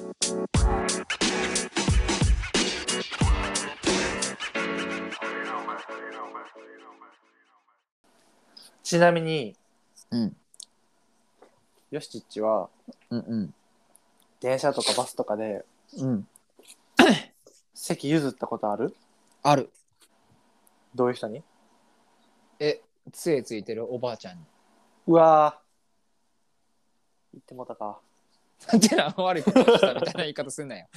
ちなみに、 うん。 ヨシチッチはうんうん。 電車とかバスとかでうん。 席譲ったことある？ ある。 どういう人に？ 杖ついてるおばあちゃんに。 うわー、言ってもうたか。 なんてな、悪いことしたみたいな言い方すんなよ。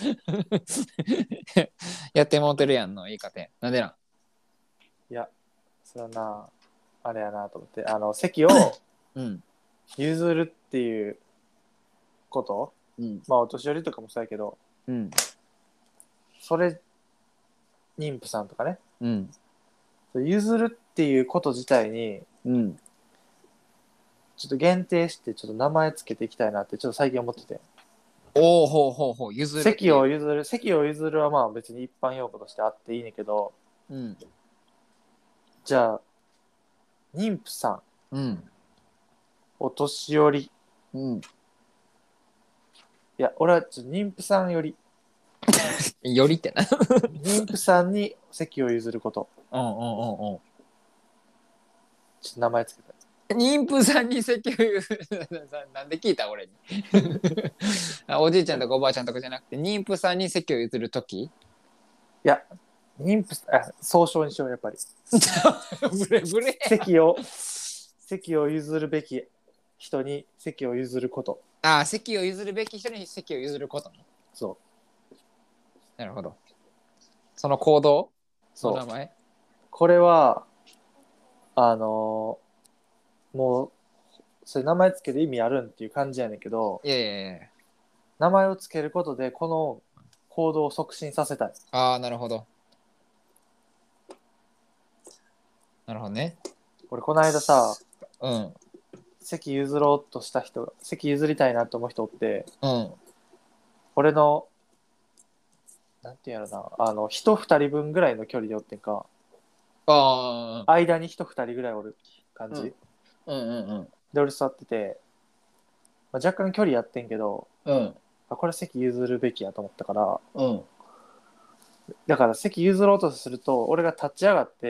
やってもうてるやんの言い方や。なんでなん？ いや、それはな、あれやなと思って、席をうん。 譲るっていうこと、 うん。 まあお年寄りとかもそうやけど、 うん。 それ、妊婦さんとかね、 うん。 譲るっていうこと自体に、 うん。 ちょっと限定して、ちょっと名前つけていきたいなって、ちょっと最近思ってて。 おお、ほうほうほう、譲るっていう。 席を譲るはまあ別に一般用語としてあっていいねんけど、 うん。 じゃあ、妊婦さん、 うん。 お年寄り、いうん。 や、俺はちょっと妊婦さんより、 よりってな。 妊婦さんに席を譲ること、 うんうんうんうん。 ちょっと名前つけたい。 妊婦さんに席を譲る。なんで聞いた俺に。おじいちゃんとかおばあちゃんとかじゃなくて、妊婦さんに席を譲るとき？ いや、総称にしよう、やっぱり。 ブレブレ。 席を譲るべき人に席を譲ること。 ああ、席を譲るべき人に席を譲ること。 そう。 なるほど。その行動の名前？ これは、もう、それ名前つける意味あるんっていう感じやねんけど、 いやいやいや。 名前をつけることで、この行動を促進させたい。 ああ、なるほど。なるほどね。 俺、この間さ、 うん。 席譲ろうとした人、席譲りたいなと思う人おって、 うん。 俺の、なんていうんやろな、人二人分ぐらいの距離でおってんか、 ああ。 間に人二人ぐらいおる感じ。 うんうんうん。 で、俺座ってて、まあ、若干距離やってんけど、 うん。 これ席譲るべきやと思ったから、 うん。 だから席譲ろうとすると、俺が立ち上がって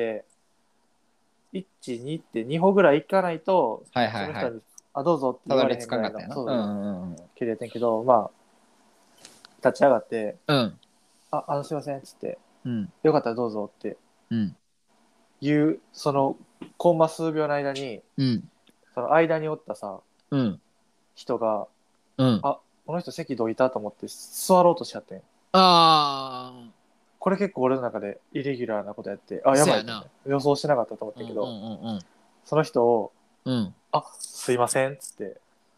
、1、2って2歩ぐらい行かないと、 はいはいはい。 その人に、どうぞって言われへんぐらいの、そう、 うんうんうん。 距離やってんけど、まあ、立ち上がって、 うん。 すいませんっつって、 うん。 よかったらどうぞってうん。 いう、その、コンマ数秒の間に、 うん。 その間におったさ、 うん。 人が、 うん。 この人席どいたと思って座ろうとしちゃってん。 ああ。 これ結構俺の中でイレギュラーなことやって、やばいと思って、予想してなかったと思ったけど、その人を、 うん。 すいませんっつって、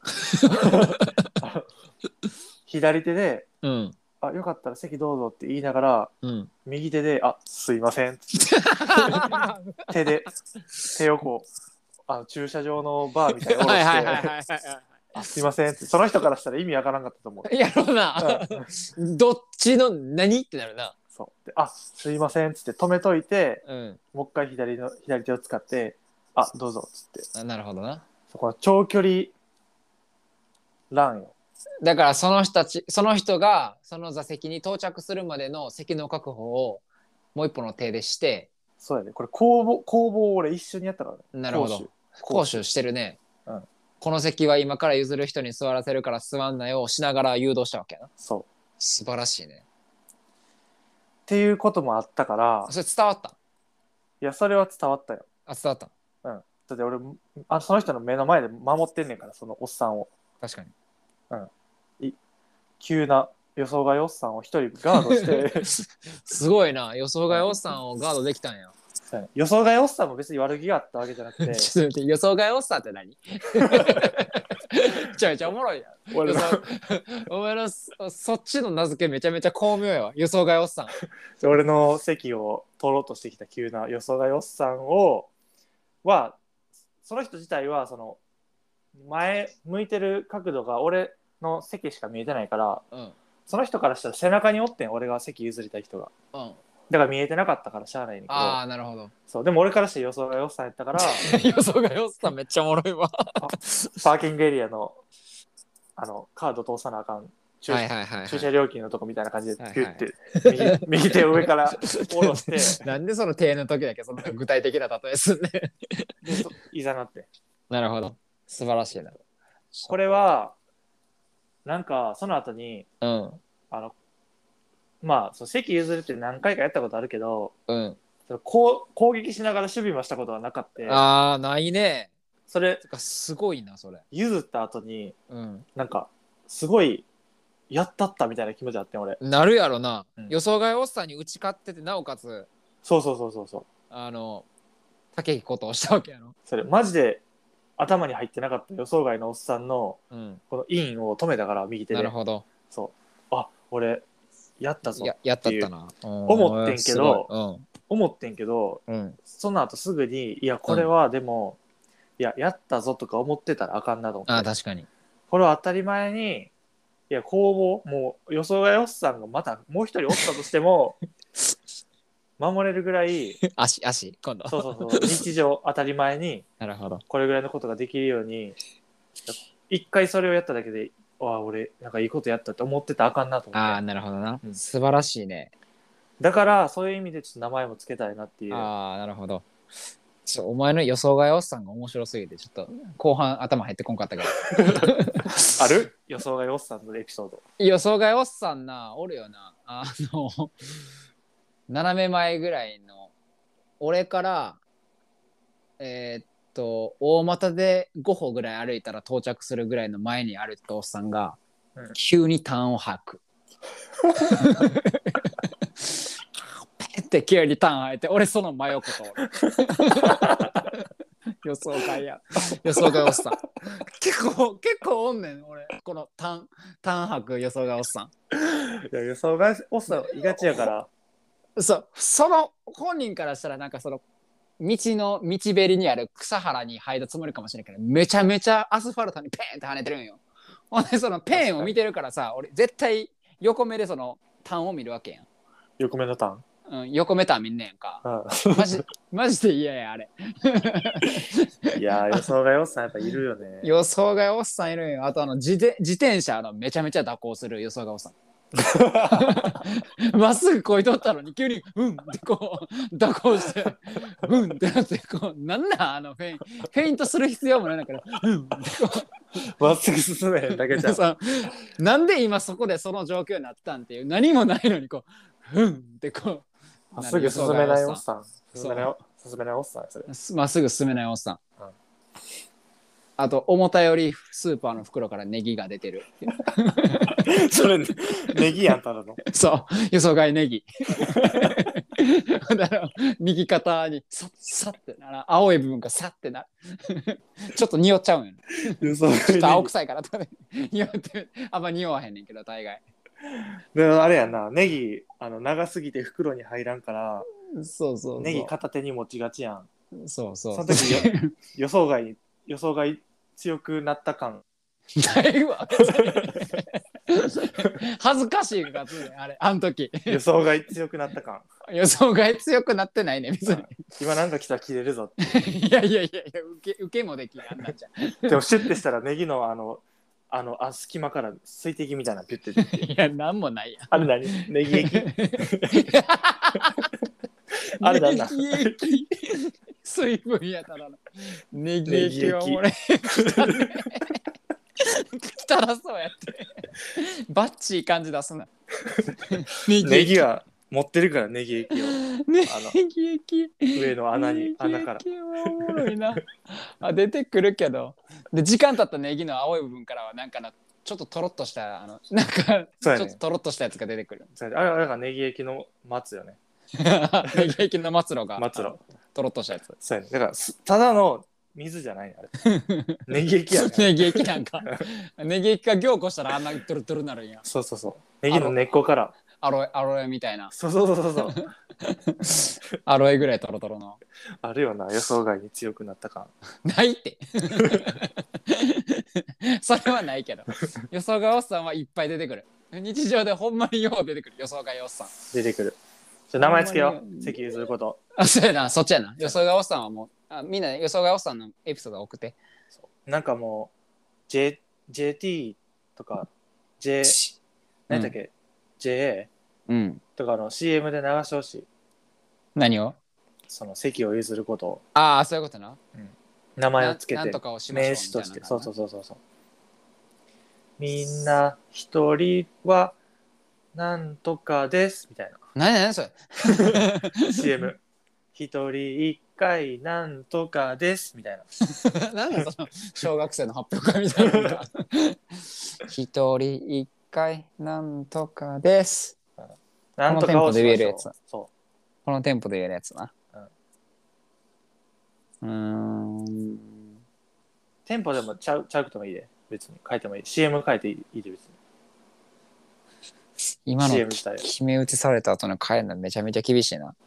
左手で、 うん。 よかったら席どうぞって言いながら、 うん。 右手で、すいませんっつって手をこう、駐車場のバーみたいに下ろして、すいませんって、その人からしたら意味わからんかったと思う。 やろうな。どっちの何ってなるな。 そうで、すいませんっつって止めといて、 うん。 もう一回左手を使って、どうぞっつって。 なるほどな。 そこの長距離ランよ。 だからその人がその座席に到着するまでの席の確保をもう一歩の手でして。 そうやね。これ攻防俺一緒にやったからね。 なるほど。攻守してるね。 うん。 この席は今から譲る人に座らせるから座んなよをしながら誘導したわけやな。 そう。 素晴らしいね。 っていうこともあったから。 それ伝わった？ いや、それは伝わったよ。 伝わった。 うん。だって俺、その人の目の前で守ってんねんから、そのおっさんを。 確かに。 うん。急な予想外おっさんを一人ガードしてすごいな。予想外おっさんをガードできたんや。 予想外おっさんも別に悪気があったわけじゃなくて予想外おっさんって何？めちゃめちゃおもろいやん。お前のそっちの名付けめちゃめちゃ巧妙やわ。予想外おっさん。 俺の席を取ろうとしてきた急な予想外おっさんその人自体はその前向いてる角度が俺の席しか見えてないから、 うん、 その人からしたら背中におってん、俺が席譲りたい人が、 うん、 だから見えてなかったからしゃあないねんけど。 なるほど。 そうでも俺からして予想外おっさんやったから予想外おっさんめっちゃおもろいわ。 パーキングエリアのカード通さなあかん駐はいはいはいはい。 駐車料金のとこみたいな感じではいはいピュッて、右手を上から下ろしてなんでその手の時だけそんな具体的な例えすんねん。 でいざなって。 なるほど。素晴らしいな。 これはなんかその後にうん。 あのまあそう席譲るって何回かやったことあるけど、 うん。 その攻撃しながら守備もしたことはなかった。 ああ、ないね。 それてかすごいな、それ。 譲った後にうん。 なんかすごいやったったみたいな気持ちあって俺。 なるやろな。 うん予想外おっさんに打ち勝ってて、なおかつ、 そう。 竹木ことをしたわけやろ。 それマジで頭に入ってなかった予想外のおっさんのうん。 このインを止めたから右手で。 なるほど。 そうあ俺やったぞやったったな。 思ってんけど思ってんけどうん。うん。 その後すぐにいやこれはでも、やったぞとか思ってたらあかんなと思って。 ああ、確かに。 これは当たり前にいや攻防もう予想外おっさんがまたもう一人おったとしても守れるぐらい足、今度。 そう日常当たり前になるほど。 これぐらいのことができるように一回それをやっただけで俺なんかいいことやったって思ってたらあかんなと思ああ、 って。 なるほどな。 うん、 素晴らしいね。 だからそういう意味でちょっと名前もつけたいなっていう。 ああ、なるほど。お前の予想外おっさんが面白すぎて、ちょっと後半頭入ってこんかったけど。 ある予想外おっさんのエピソード。 予想外おっさんな、おるよな。斜め前ぐらいの、俺から、大股で5歩ぐらい歩いたら到着するぐらいの前に歩いたおっさんが、急にターンを吐く。ペッて急にターン吐いて、俺その真横とおる。予想外おっさん。結構おんねん、俺。このターン吐く予想外おっさん。 いや予想外おっさんいがちやから。 その本人からしたらなんかその道べりにある草原に入ったつもりかもしれんけど、めちゃめちゃアスファルトにペーンって跳ねてるんよ。ほんでそのペーンを見てるからさ、俺絶対横目でそのターンを見るわけやん。 横目のターン。 うん、横目ターン見んねんか。マジで嫌やあれ。 いや予想外おっさんやっぱいるよね。 予想外おっさんいるんよ。あと自転車めちゃめちゃ蛇行する予想外おっさん。まっすぐこいとったのに急にうんってこう蛇行してうんってなってこうなんなんフェイントする必要もないんだからうんってこうまっすぐ進めへんだけじゃん。 なんで今そこでその状況になったんっていう何もないのにこううんってこうまっすぐ進めないおっさん。進めないおっさんそれ。 まっすぐ進めないおっさん。あと思ったよりスーパーの袋からネギが出てる。 それネギやんただの。 そう予想外ネギ。だから右肩にさってなら青い部分がさってなちょっと匂っちゃうんよ、ね。ちょっと青臭いから食べ匂ってあんま匂わへんねんけど大概。 であれやなネギ長すぎて袋に入らんからそうネギ片手に持ちがちやん。 その時予想外強くなった感ないわ。恥ずかしいがつねあれあの時予想外強くなった感。 予想外強くなってないね別に。 今なんか来たら切れるぞって。 いや受けもできんあんなんじゃん。 でもシュッてしたらネギの隙間から水滴みたいなピュッて出て。 いやなんもないやん。 あれ何ネギ液。あれなんだ。 ネギ液水分やたらのネギ液は俺汚そうやってバッチい感じ出すな。 ネギは持ってるからネギ液をネギ液上の穴からおもろいな。出てくるけどで時間経ったネギの青い部分からはなんかちょっととろっとしたなんかちょっととろっとしたやつが出てくる。 あれがネギ液の松よね。 ネギ液の末路がとろっとしたやつ。 そうやね。だからただの水じゃないあれ。ネギ液やね。 ネギ液なんかネギ液が凝固したらあんなトゥルトゥルになるんや。 そうネギの根っこからアロエみたいな。 そうアロエぐらいトロトロのあるよな。予想外に強くなった感ないってそれはないけど予想外おっさんはいっぱい出てくる。日常でほんまによう出てくる予想外おっさん出てくる。じゃ名前つけよう。席譲ること。 そうやなそっちやな。予想外おっさんはもうみんな予想外おっさんのエピソード送って。 なんかもうJT とか J 何だっけ、JA うんとかの CM で流してほしい。 何をその席を譲ることを、 ああそういうことな名前をつけてなんとかをしましょう名詞として、 みたいなそうそうそうそうそう。みんな一人はなんとかですみたいな何それ CM。一人一回なんとかですみたいな。 何だその小学生の発表会みたいなのが一人一回なんとかですなんとかをしましょう。そこのテンポで言えるやつなう。 んテンポでもちゃうくてもいいで。別に書いてもいい。CM 書いていいで別に。 今の CM 自体決め打ちされた後の帰るのめちゃめちゃ厳しいな。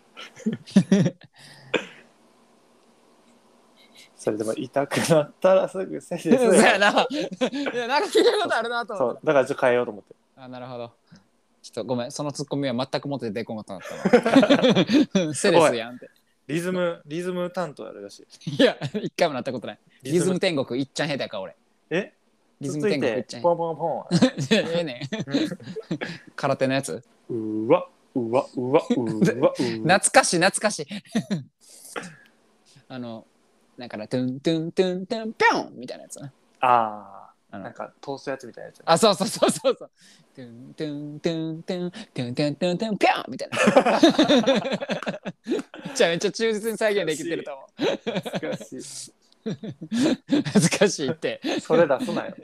それでも痛くなったらすぐせいですよ。 そうやな。いやなんか聞いたことあるなと思って。 そうだからちょっと変えようと思って。 あなるほど。ちょっとごめんそのツッコミは全くもって出こなかったわ。セレスやんって。 リズム担当やるらしい。 いや一回もなったことない。リズム天国いっちゃん下手やから俺。 え？ リズム天国いっちゃん。 ポンポンポン。 ええねん。空手のやつ？ うわうわうわうわ。 懐かしい懐かしい。だからトゥントゥントゥントゥンピョンみたいなやつな。 ああ。なんか通すやつみたいなやつ。 あそうそうそうそうそう。トゥントゥントゥントゥントゥントゥントゥントゥンピョンみたいな。めちゃめちゃ忠実に再現できてると思う。 懐かしい。 恥ずかしいって。 それ出すなよ。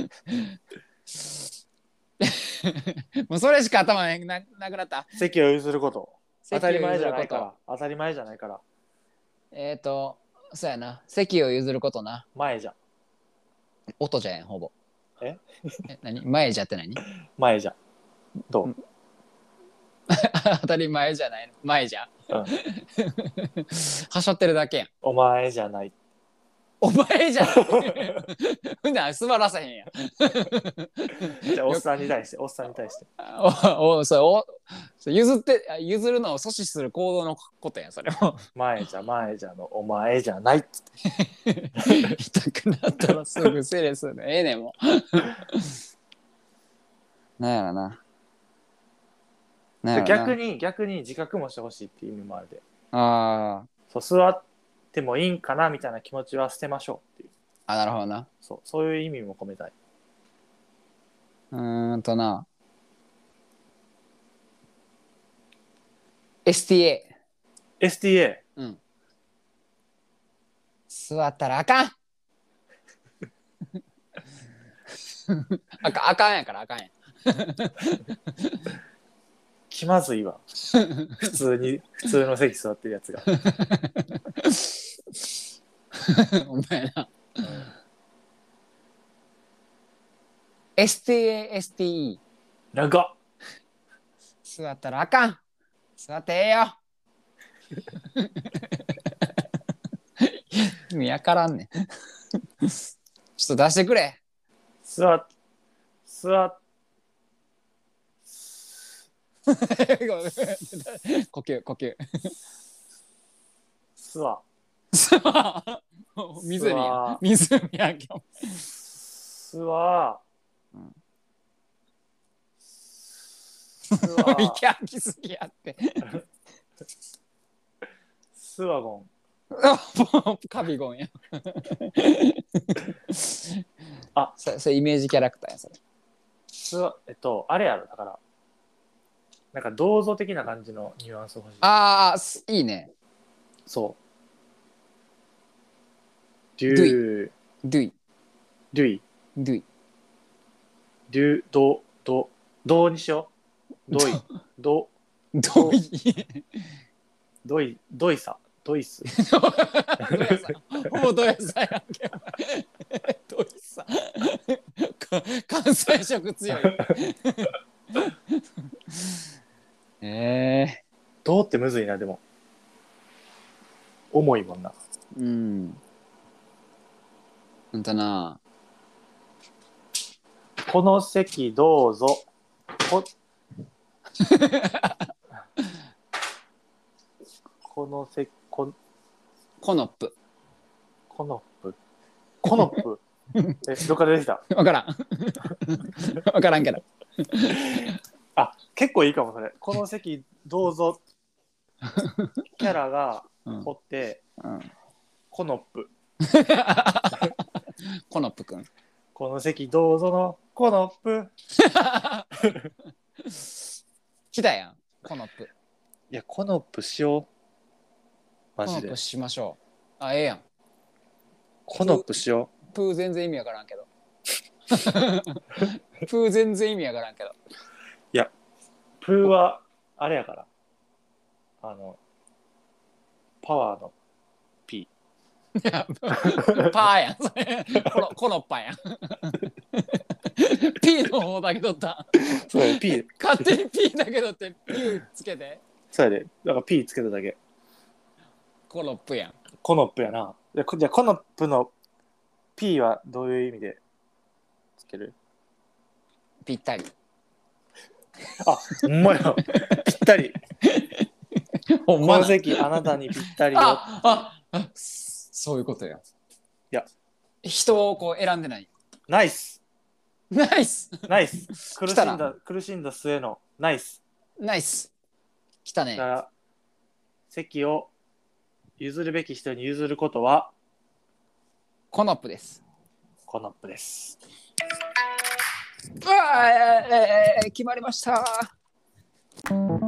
もうそれしか頭なくなった。 席を譲ること。当たり前じゃない席を譲ることから。当たり前じゃないから。 そうやな。席を譲ることな。 前じゃ。 音じゃんほぼ。 え何前じゃって何？ 前じゃ。どう？ 当たり前じゃないの。前じゃ。 うん。 はしょってるだけやん。 お前じゃない。 お前じゃん。ほんなら座らせへんやん。 じゃあおっさんに対して。 そう譲るのを阻止する行動のことやんそれも。 前じゃのお前じゃないっつって。 痛くなったらすぐセレスでええねんもう。なんやろな。 逆に自覚もしてほしいっていう意味もあるで。 あそう座ってもいいんかなみたいな気持ちは捨てましょうっていう。 あなるほどな。 そういう意味も込めたい。 な STA うん座ったらあかんあかんやからあかんやん気まずいわ。普通の席座ってるやつが。 お前な、STASTE 長っ。 座ったらあかん座ってええよ意味わからんねんちょっと出してくれ座っ呼吸湖やんけ息吐きすぎやってスワゴンカビゴンやあそれイメージキャラクターやそれあれやろだからなんか銅像的な感じのニュアンス欲しい。 ああいいねそうドゥイどうにしよう。どいさほぼドヤさやんけドイさ関西色強いどうってむずいなでも重いもんな。 ほんとなこの席どうぞこの席コノップどっから出てきたわからんけどあ、結構いいかもそれ。この席どうぞ。キャラがおって、コノップ。 コノップくん。 この席どうぞのコノップ。 来たやん、コノップ。 いや、コノップしよう。マジで。 コノップしましょう。あ、ええやん。 コノップしよプー全然意味わからんけど。プー全然意味わからんけど。 う。いや、プーは、あれやから。パワーの P。 いやパーやん。それコノッパやん。P の方だけ取った。 そうや、P。 勝手に P だけ取って P つけて。 そうやで。だから P つけただけ。 コノップやん。 コノップやな。じゃあコノップの P はどういう意味でつける？ ぴったり。 あ、ほんまや。ぴったり。 ほんまな。 この席あなたにぴったりよ。 そういうことや。 いや、 人をこう選んでない。 ナイス。 ナイス。 ナイス。苦来たなしんだ末のナイス。 ナイス。来たね。 だから席を譲るべき人に譲ることはコノップです。 コノップです。 うわ決まりました。